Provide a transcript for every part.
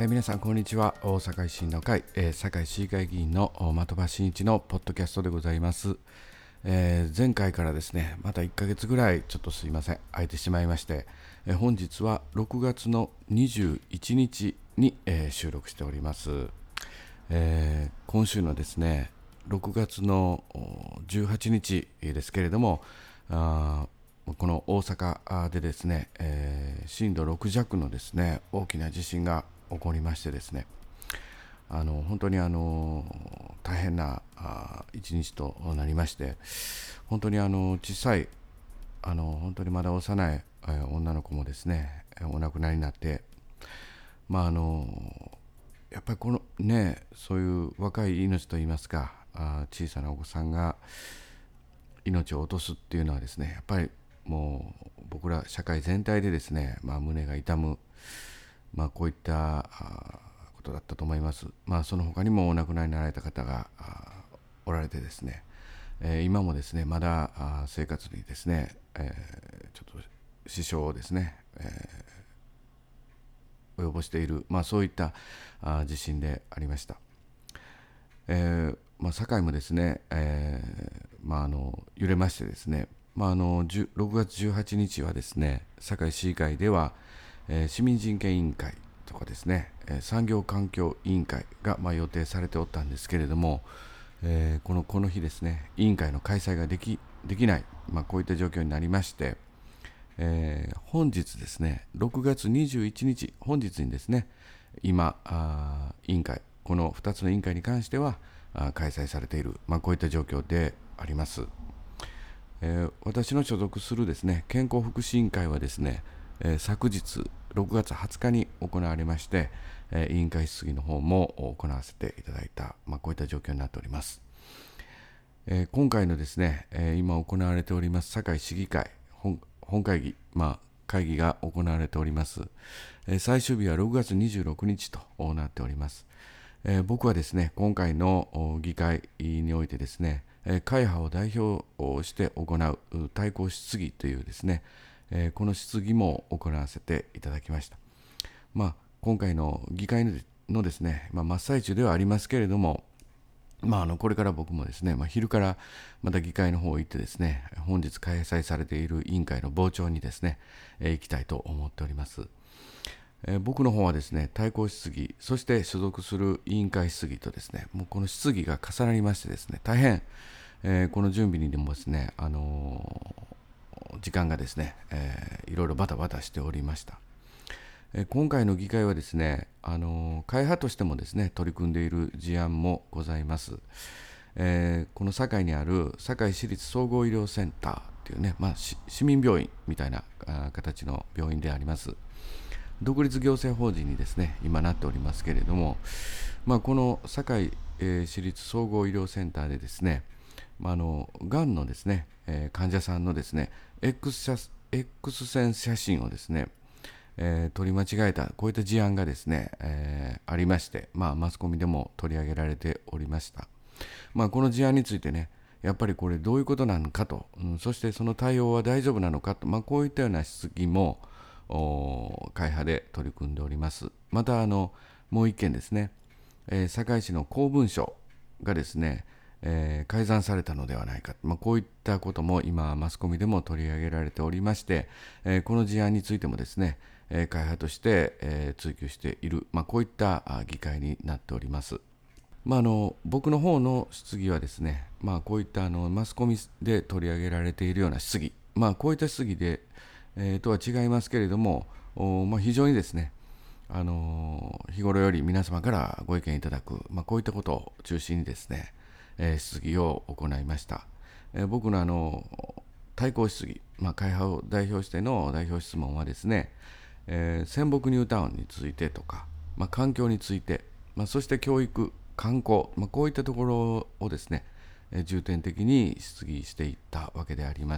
皆さんこんにちは。大阪維新の会、堺市議会議員の的場真一のポッドキャストでございます。前回からですね、また1ヶ月ぐらいちょっとすいません、空いてしまいまして、本日は6月の21日に、収録しております。今週のですね、6月の18日ですけれども、この大阪でですね、震度6弱のですね、大きな地震が起こりましてですね、本当に大変な一日となりまして、本当に小さい本当にまだ幼い女の子もですねお亡くなりになって、やっぱりこのね、そういう若い命といいますか、小さなお子さんが命を落とすっていうのはですね、やっぱりもう僕ら社会全体でですね、胸が痛む、こういったことだったと思います。その他にもお亡くなりになられた方がおられてですね、今もですねまだ生活にですね、ちょっと支障をですね、及ぼしている、そういった地震でありました。堺もですね、揺れましてですね、6月18日はですね、堺市議会では、市民人権委員会とかですね、産業環境委員会が、予定されておったんですけれども、この日ですね、委員会の開催ができない、こういった状況になりまして、本日ですね、6月21日、本日にですね、今、委員会、この2つの委員会に関しては開催されている、こういった状況であります。私の所属するですね、健康福祉委員会はですね、昨日6月20日に行われまして、委員会質疑の方も行わせていただいた、こういった状況になっております。今回のですね、今行われております堺市議会本会議、会議が行われております。最終日は6月26日となっております。僕はですね、今回の議会においてですね、会派を代表して行う対抗質疑というですね、この質疑も行わせていただきました。今回の議会のですね、真っ最中ではありますけれども、これから僕もですね、昼からまた議会の方行ってですね、本日開催されている委員会の傍聴にですね、行きたいと思っております。僕の方はですね、対抗質疑、そして所属する委員会質疑とですね、もうこの質疑が重なりましてですね、大変、この準備にでもですね、時間がですね、いろいろバタバタしておりました。今回の議会はですね、会派としてもですね、取り組んでいる事案もございます。この堺にある堺市立総合医療センターっていうね、市民病院みたいな形の病院であります。独立行政法人にですね、今なっておりますけれども、この堺、市立総合医療センターでですね、がんのですね、患者さんのですね、X 線写真をですね、取り間違えた、こういった事案がですね、ありまして、マスコミでも取り上げられておりました。この事案についてね、やっぱりこれどういうことなのかと、そしてその対応は大丈夫なのかと、こういったような質疑も会派で取り組んでおります。またもう一件ですね、堺市の公文書がですね、改ざんされたのではないか、こういったことも今マスコミでも取り上げられておりまして、この事案についてもですね、会派として、追及している、こういった議会になっております。僕の方の質疑はですね、こういったマスコミで取り上げられているような質疑、こういった質疑で、とは違いますけれども、非常にですね、日頃より皆様からご意見いただく、こういったことを中心にですね、質疑を行いました。僕の対抗質疑、会派を代表しての代表質問はですね、泉北ニュータウンについてとか、環境について、そして教育、観光、こういったところをですね、重点的に質疑していったわけであります。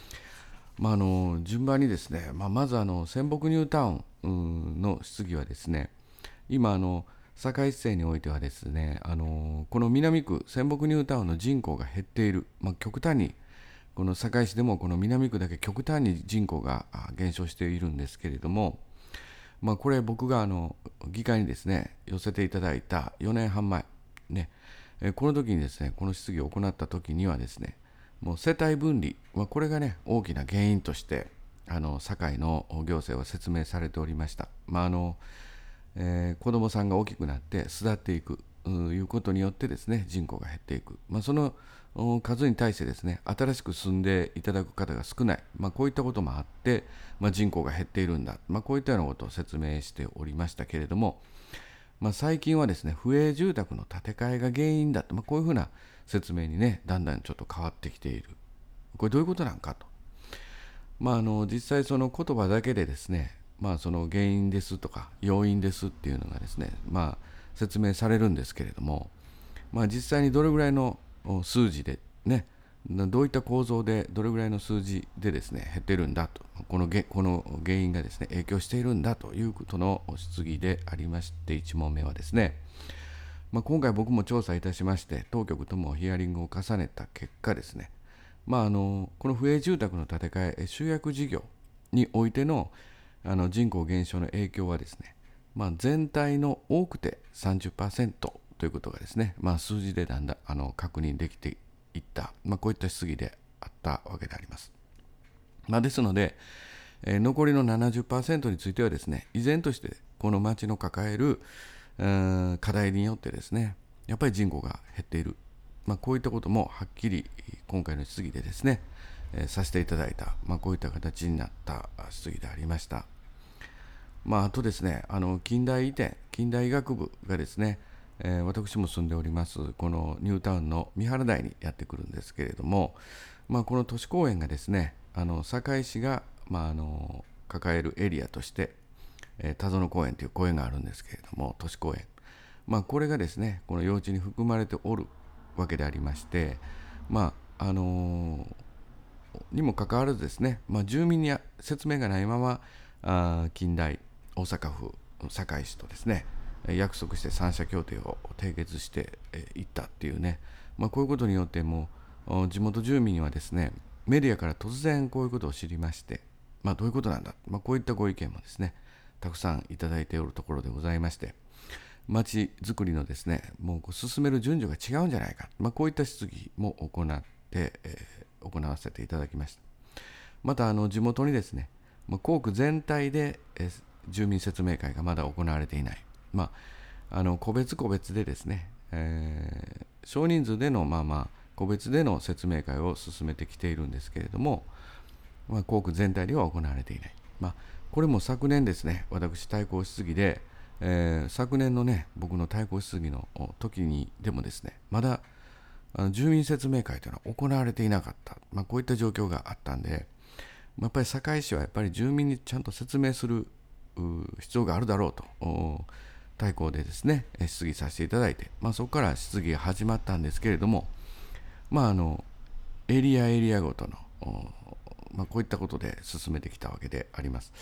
順番にですね、まず泉北ニュータウンの質疑はですね、今堺市政においてはですね、この南区泉北ニュータウンの人口が減っている、極端にこの堺市でもこの南区だけ極端に人口が減少しているんですけれども、 これ僕が議会にですね寄せていただいた4年半前ね、この時にですねこの質疑を行った時にはですね、もう世帯分離、これがね大きな原因として堺の行政は説明されておりました。子どもさんが大きくなって巣立っていくいうことによってですね人口が減っていく、その数に対してですね新しく住んでいただく方が少ない、こういったこともあって、人口が減っているんだ、こういったようなことを説明しておりましたけれども、最近はですね不営住宅の建て替えが原因だと、こういうふうな説明にねだんだんちょっと変わってきている。これどういうことなんかと、実際その言葉だけでですね、その原因ですとか要因ですっていうのがですね、説明されるんですけれども、実際にどれぐらいの数字でね、どういった構造でどれぐらいの数字でですね減ってるんだと、この原因がですね影響しているんだということの質疑でありまして、1問目はですね、今回僕も調査いたしまして当局ともヒアリングを重ねた結果ですね、この不営住宅の建て替え集約事業においての人口減少の影響はですね、全体の多くて 30% ということがですね、数字でだんだん確認できていった、こういった質疑であったわけであります。ですので、残りの 70% についてはですね、依然としてこの町の抱える課題によってですね、やっぱり人口が減っている、こういったこともはっきり今回の質疑でですね、させていただいた、こういった形になった質疑でありました。あとですね、近代医学部がですね、私も住んでおりますこのニュータウンの三原台にやってくるんですけれども、この都市公園がですね、堺市が、抱えるエリアとして、田園公園という公園があるんですけれども、都市公園、これがですねこの用地に含まれておるわけでありまして、にもかかわらずですね、住民に説明がないまま近代大阪府堺市とですね約束して三者協定を締結していったっていうね、こういうことによっても地元住民にはですねメディアから突然こういうことを知りまして、どういうことなんだ、こういったご意見もですねたくさんいただいておるところでございまして、町づくりのですねもう進める順序が違うんじゃないか、こういった質疑も行って、行わせていただきました。また地元にですね校区全体で、住民説明会がまだ行われていない、個別でですね、少人数での個別での説明会を進めてきているんですけれども、校区全体では行われていない、これも昨年ですね私対抗質疑で、昨年のね僕の対抗質疑の時にでもですねまだ住民説明会というのは行われていなかった、こういった状況があったんで、やっぱり堺市はやっぱり住民にちゃんと説明する必要があるだろうと対抗でですね質疑させていただいて、そこから質疑が始まったんですけれども、エリアごとのこういったことで進めてきたわけであります。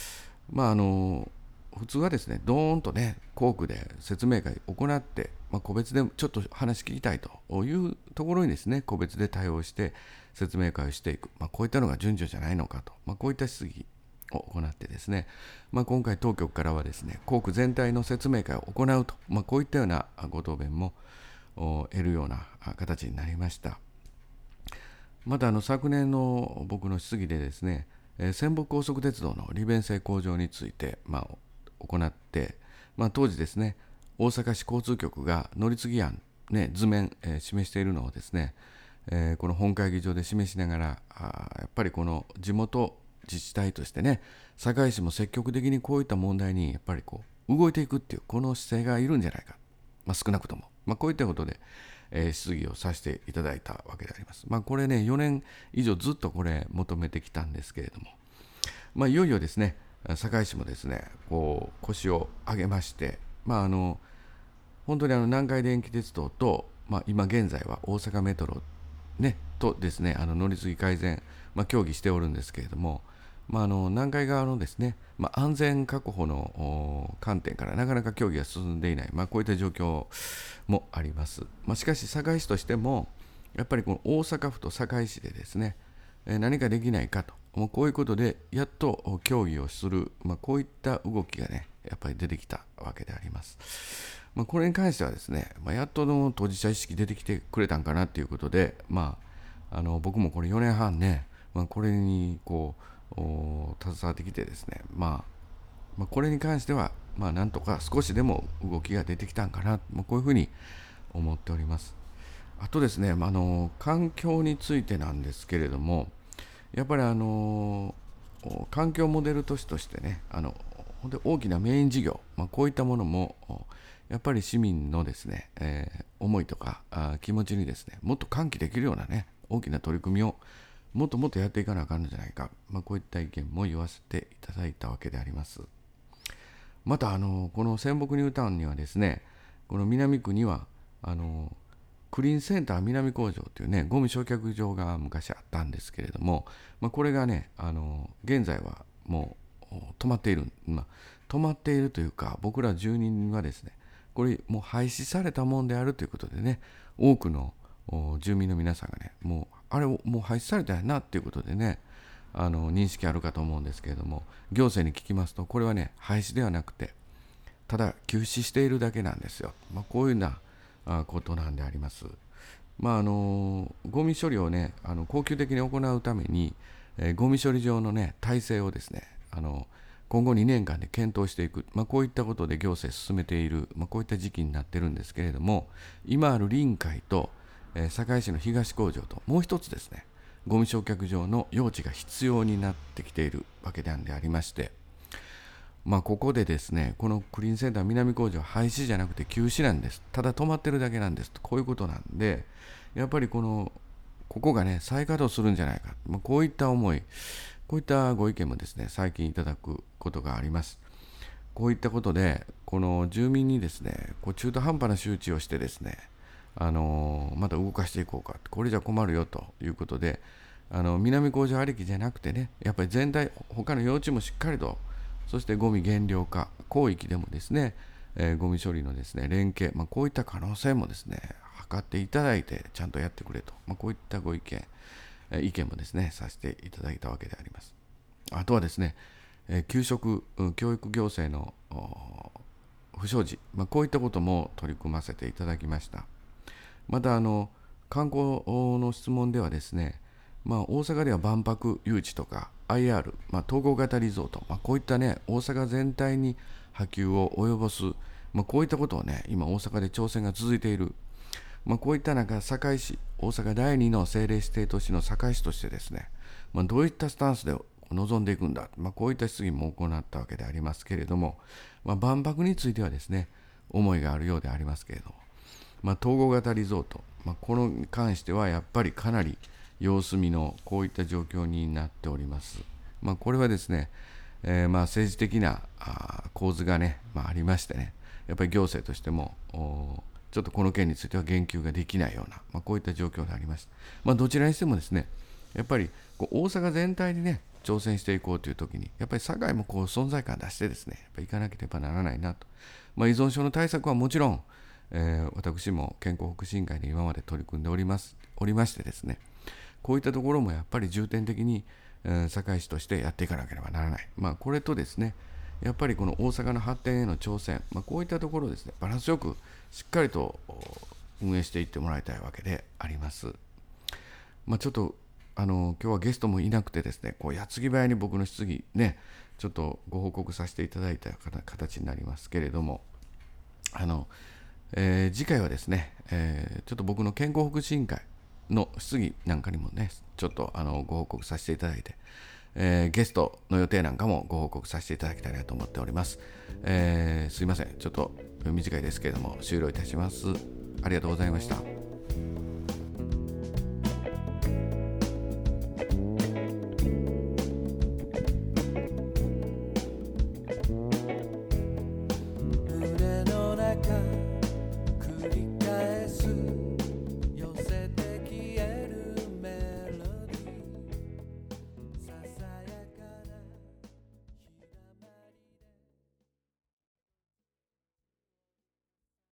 普通はですねドーンとね校区で説明会を行って、個別でちょっと話聞きたいというところにですね個別で対応して説明会をしていく、こういったのが順序じゃないのかと、こういった質疑を行ってですね、今回当局からはですね校区全体の説明会を行うと、こういったようなご答弁も得るような形になりました。また昨年の僕の質疑でですね、泉北高速鉄道の利便性向上について、行って、当時ですね大阪市交通局が乗り継ぎ案、図面、示しているのをですね、この本会議場で示しながらやっぱりこの地元自治体としてね堺市も積極的にこういった問題にやっぱりこう動いていくっていうこの姿勢がいるんじゃないか、少なくとも、こういったことで、質疑をさせていただいたわけであります。これね4年以上ずっとこれ求めてきたんですけれども、いよいよですね堺市もですねこう腰を上げまして、本当に南海電気鉄道と、今現在は大阪メトロ、とですね乗り継ぎ改善、協議しておるんですけれども、南海側のですね、安全確保の観点からなかなか協議が進んでいない、こういった状況もあります。しかし堺市としてもやっぱりこの大阪府と堺市でですね何かできないかと、こういうことでやっと協議をする、こういった動きがねやっぱり出てきたわけであります。これに関してはですね、やっとの当事者意識出てきてくれたんかなということで、僕もこれ4年半ね、これに携わってきてですね、これに関してはなんとか少しでも動きが出てきたんかな、こういうふうに思っております。あとですね、環境についてなんですけれども、やっぱり環境モデル都市としてね、本当に大きなメイン事業、こういったものもやっぱり市民のですね、思いとか気持ちにですね、もっと喚起できるようなね、大きな取り組みをもっともっとやっていかなあかんのじゃないか、こういった意見も言わせていただいたわけであります。またこの仙北ニュータウンにはですね、この南区にはクリーンセンター南工場というね、ゴミ焼却場が昔あったんですけれども、これがね現在はもう止まっている、止まっているというか、僕ら住人はですね、これもう廃止されたもんであるということでね、多くの住民の皆さんがね、もうあれをもう廃止されたんやなっていうことでね、認識あるかと思うんですけれども、行政に聞きますと、これはね廃止ではなくてただ休止しているだけなんですよ。こういうようなことなんであります。ゴミ処理をね恒久的に行うために、ゴミ処理場のね体制をですね今後2年間で検討していく、こういったことで行政進めている、こういった時期になってるんですけれども、今ある臨海と、堺市の東工場ともう一つですね、ゴミ焼却場の用地が必要になってきているわけでありまして、ここでですね、このクリーンセンター南工場は廃止じゃなくて休止なんです。ただ止まってるだけなんです。こういうことなんで、やっぱりここがね、再稼働するんじゃないか。こういった思い、こういったご意見もですね、最近いただくことがあります。こういったことで、この住民にですね、中途半端な周知をしてですね、また動かしていこうか。これじゃ困るよということで、南工場ありきじゃなくてね、やっぱり全体、他の用地もしっかりと、そしてゴミ減量化、広域でもですね、ゴミ処理のですね、連携、こういった可能性もですね、図っていただいて、ちゃんとやってくれと、こういったご意見、意見もですね、させていただいたわけであります。あとはですね、給食、教育行政の不祥事、こういったことも取り組ませていただきました。また観光の質問ではですね、大阪では万博誘致とか IR、統合型リゾート、こういったね大阪全体に波及を及ぼす、こういったことをね今大阪で挑戦が続いている、こういった中、堺市、大阪第2の政令指定都市の堺市としてですね、どういったスタンスで臨んでいくんだ、こういった質疑も行ったわけでありますけれども、万博についてはですね、思いがあるようでありますけれども、統合型リゾート、このに関してはやっぱりかなり様子見のこういった状況になっております。これはですね、政治的な構図がね、ありましてね、やっぱり行政としてもちょっとこの件については言及ができないような、こういった状況であります。どちらにしてもですね、やっぱり大阪全体にね挑戦していこうという時に、やっぱり堺も存在感出してですね、やっぱり行かなければならないなと。依存症の対策はもちろん、私も健康福祉委員会で今まで取り組んでおりましてですね、こういったところもやっぱり重点的に、堺市としてやっていかなければならない。これとですね、やっぱりこの大阪の発展への挑戦、こういったところをですね、バランスよくしっかりと運営していってもらいたいわけであります。ちょっと今日はゲストもいなくてですね、矢継ぎ早に僕の質疑ね、ちょっとご報告させていただいた形になりますけれども、次回はですね、ちょっと僕の健康福祉委員会の質疑なんかにもね、ちょっとご報告させていただいて、ゲストの予定なんかもご報告させていただきたいなと思っております。すいません、ちょっと短いですけれども終了いたします。ありがとうございました。